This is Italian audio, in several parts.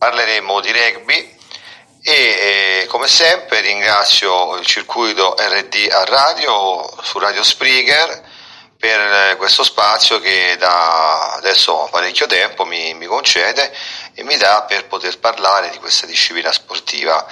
parleremo di rugby e come sempre ringrazio il circuito RD a radio su Radio Spreaker per questo spazio che da adesso parecchio tempo mi concede e mi dà per poter parlare di questa disciplina sportiva.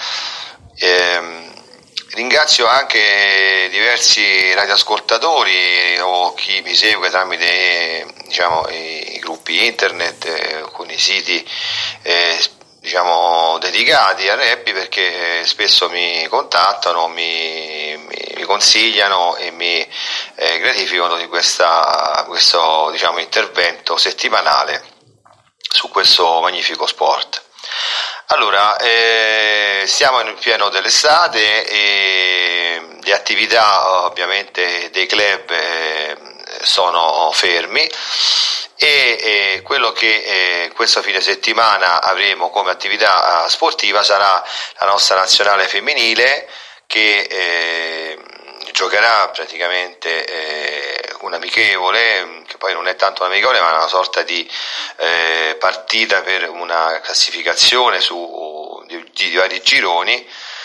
Ringrazio anche diversi radioascoltatori o chi mi segue tramite i gruppi internet con i siti dedicati al rugby, perché spesso mi contattano, mi consigliano e mi gratificano di questo intervento settimanale su questo magnifico sport. Allora, siamo nel pieno dell'estate e le attività ovviamente dei club sono fermi e quello che questo fine settimana avremo come attività sportiva sarà la nostra nazionale femminile che giocherà praticamente un amichevole, che poi non è tanto un amichevole ma una sorta di partita per una classificazione di vari gironi,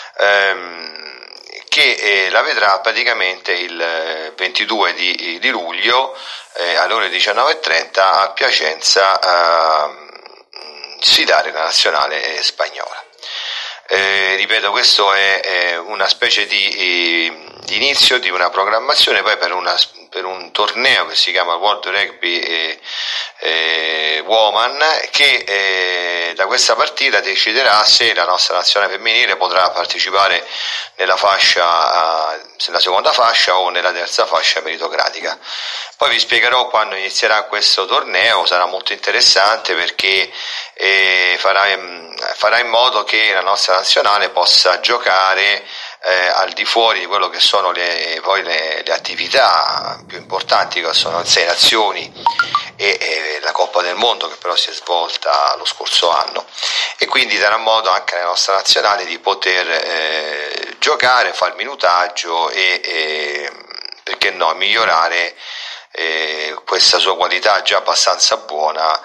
che la vedrà praticamente il 22 di luglio alle ore 19:30 a Piacenza sfidare la nazionale spagnola. Ripeto, questo è una specie di inizio di una programmazione poi per un torneo che si chiama World Rugby Woman, che da questa partita deciderà se la nostra nazionale femminile potrà partecipare nella seconda fascia o nella terza fascia meritocratica. Poi vi spiegherò quando inizierà questo torneo, sarà molto interessante perché farà in modo che la nostra nazionale possa giocare al di fuori di quello che sono le attività più importanti, che sono le 6 nazioni e la Coppa del Mondo, che però si è svolta lo scorso anno, e quindi darà modo anche alla nostra nazionale di poter giocare, fare minutaggio e perché no, migliorare questa sua qualità già abbastanza buona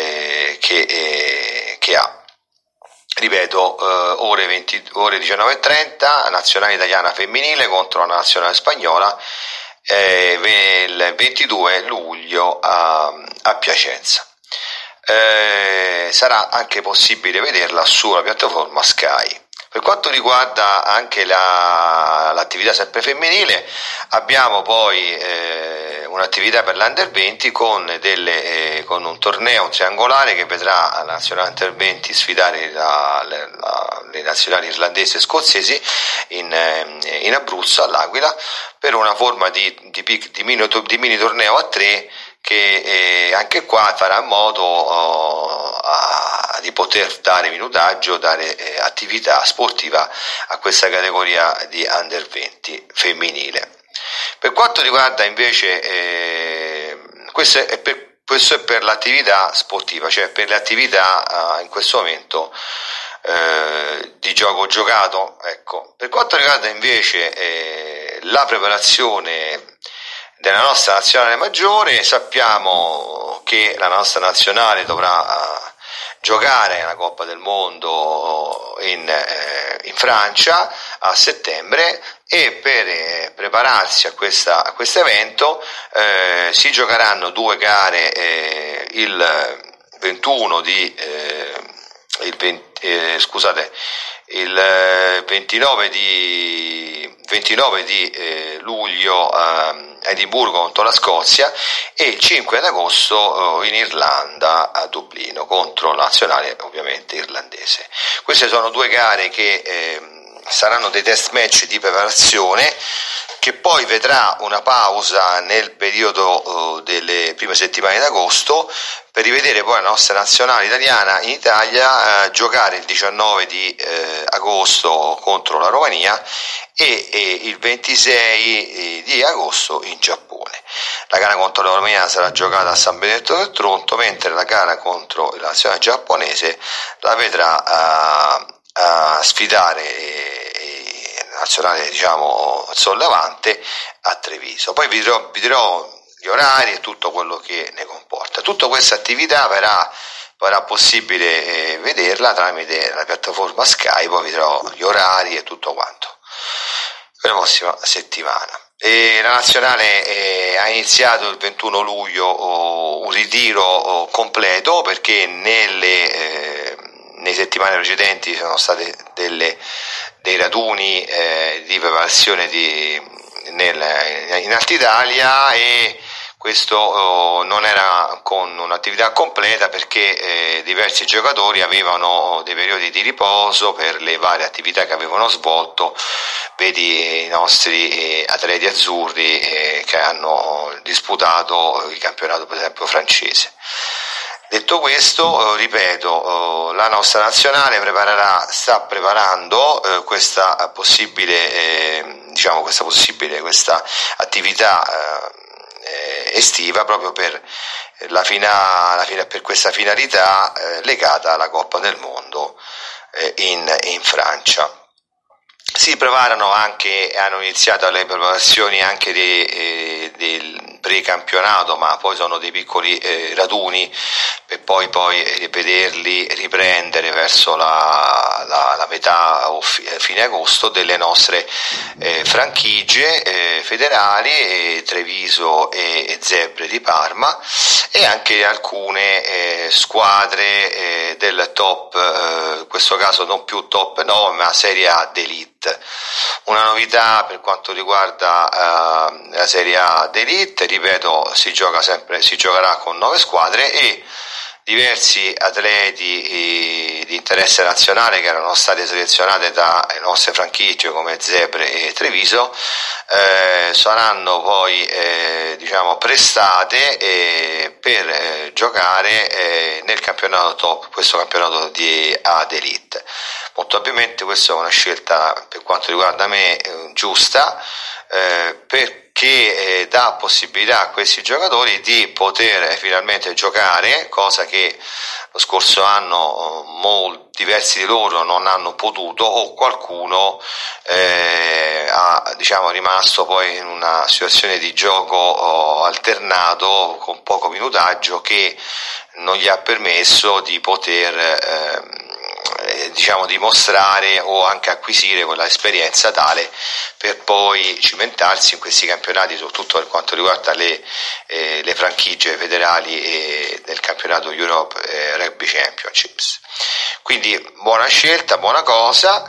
che ha. Ripeto, ore 19:30, nazionale italiana femminile contro la nazionale spagnola, il 22 luglio a Piacenza. Sarà anche possibile vederla sulla piattaforma Sky. Per quanto riguarda anche l'attività sempre femminile, abbiamo poi un'attività per l'Under 20 con un torneo triangolare che vedrà la nazionale Under 20 sfidare le nazionali irlandesi e scozzesi in Abruzzo, all'Aquila, per una forma di mini torneo a 3 che anche qua farà modo di poter dare minutaggio, dare attività sportiva a questa categoria di Under 20 femminile. Per quanto riguarda invece questo è per l'attività sportiva, cioè per le attività in questo momento di gioco giocato. Ecco. Per quanto riguarda invece la preparazione della nostra nazionale maggiore, sappiamo che la nostra nazionale dovrà giocare la Coppa del Mondo in Francia a settembre, e per prepararsi a questo evento si giocheranno 2 gare il 29 di luglio a Edimburgo contro la Scozia e il 5 agosto in Irlanda a Dublino contro la nazionale ovviamente irlandese. Queste sono 2 gare che saranno dei test match di preparazione, che poi vedrà una pausa nel periodo delle prime settimane d'agosto per rivedere poi la nostra nazionale italiana in Italia giocare il 19 di agosto contro la Romania e il 26 di agosto in Giappone. La gara contro la Romania sarà giocata a San Benedetto del Tronto, mentre la gara contro la nazionale giapponese la vedrà sfidare la nazionale sollevante a Treviso. Poi vi dirò gli orari e tutto quello che ne comporta. Tutta questa attività verrà sarà possibile vederla tramite la piattaforma Sky, poi vi darò gli orari e tutto quanto per la prossima settimana. E la nazionale ha iniziato il 21 luglio un ritiro completo, perché nei settimane precedenti sono state dei raduni di preparazione in Alta Italia, e questo non era con un'attività completa, perché diversi giocatori avevano dei periodi di riposo per le varie attività che avevano svolto. Vedi i nostri atleti azzurri che hanno disputato il campionato, per esempio, francese. Detto questo, ripeto, la nostra nazionale sta preparando questa attività estiva, proprio per per questa finalità legata alla Coppa del Mondo in Francia. Si preparano anche, hanno iniziato le preparazioni anche del precampionato, ma poi sono dei piccoli raduni per poi vederli riprendere verso la metà o fine agosto delle nostre franchigie federali, Treviso e Zebre di Parma, e anche alcune squadre del top, in questo caso non più top 9 ma Serie A d'Elite. Una novità per quanto riguarda la Serie A d'Elite, ripeto, si giocherà con 9 squadre, e diversi atleti di interesse nazionale che erano stati selezionati dalle nostre franchigie come Zebre e Treviso saranno poi prestate per giocare nel campionato top, questo campionato di ad Elite. Molto ovviamente questa è una scelta, per quanto riguarda me, giusta, perché dà possibilità a questi giocatori di poter finalmente giocare, cosa che lo scorso anno diversi di loro non hanno potuto, o qualcuno rimasto poi in una situazione di gioco alternato con poco minutaggio, che non gli ha permesso di poter dimostrare o anche acquisire quella esperienza tale per poi cimentarsi in questi campionati, soprattutto per quanto riguarda le franchigie federali del campionato Europe Rugby Championships. Quindi buona scelta, buona cosa.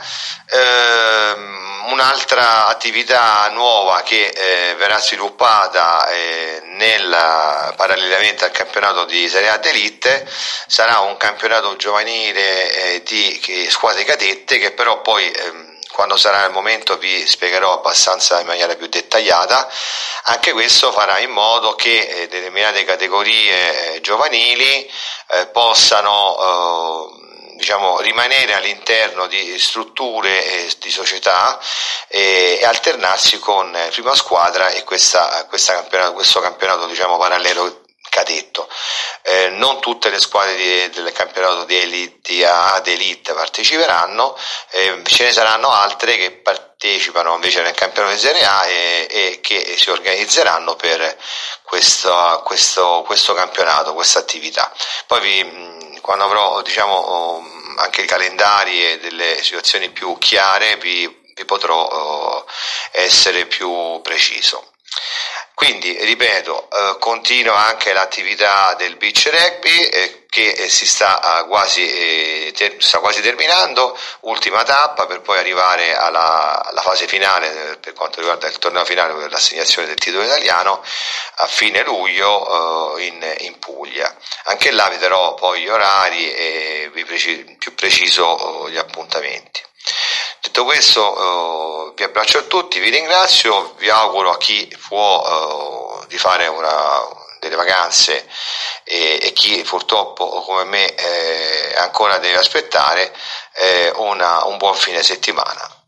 Un'altra attività nuova che verrà sviluppata parallelamente al campionato di Serie A d'Elite sarà un campionato giovanile di squadre cadette, che però poi quando sarà il momento vi spiegherò abbastanza in maniera più dettagliata. Anche questo farà in modo che determinate categorie giovanili possano rimanere all'interno di strutture e di società e alternarsi con prima squadra e questo campionato parallelo cadetto. Non tutte le squadre del campionato di Elite parteciperanno, ce ne saranno altre che partecipano invece nel campionato di Serie A e che si organizzeranno per questo campionato, questa attività. Poi quando avrò anche i calendari e delle situazioni più chiare vi potrò essere più preciso. Quindi, ripeto, continua anche l'attività del beach rugby che si sta quasi terminando, ultima tappa per poi arrivare alla fase finale per quanto riguarda il torneo finale per l'assegnazione del titolo italiano a fine luglio in Puglia. Anche là vi darò poi gli orari e più preciso gli appuntamenti. Detto questo, vi abbraccio a tutti, vi ringrazio, vi auguro a chi può di fare delle vacanze e chi purtroppo come me ancora deve aspettare un buon fine settimana.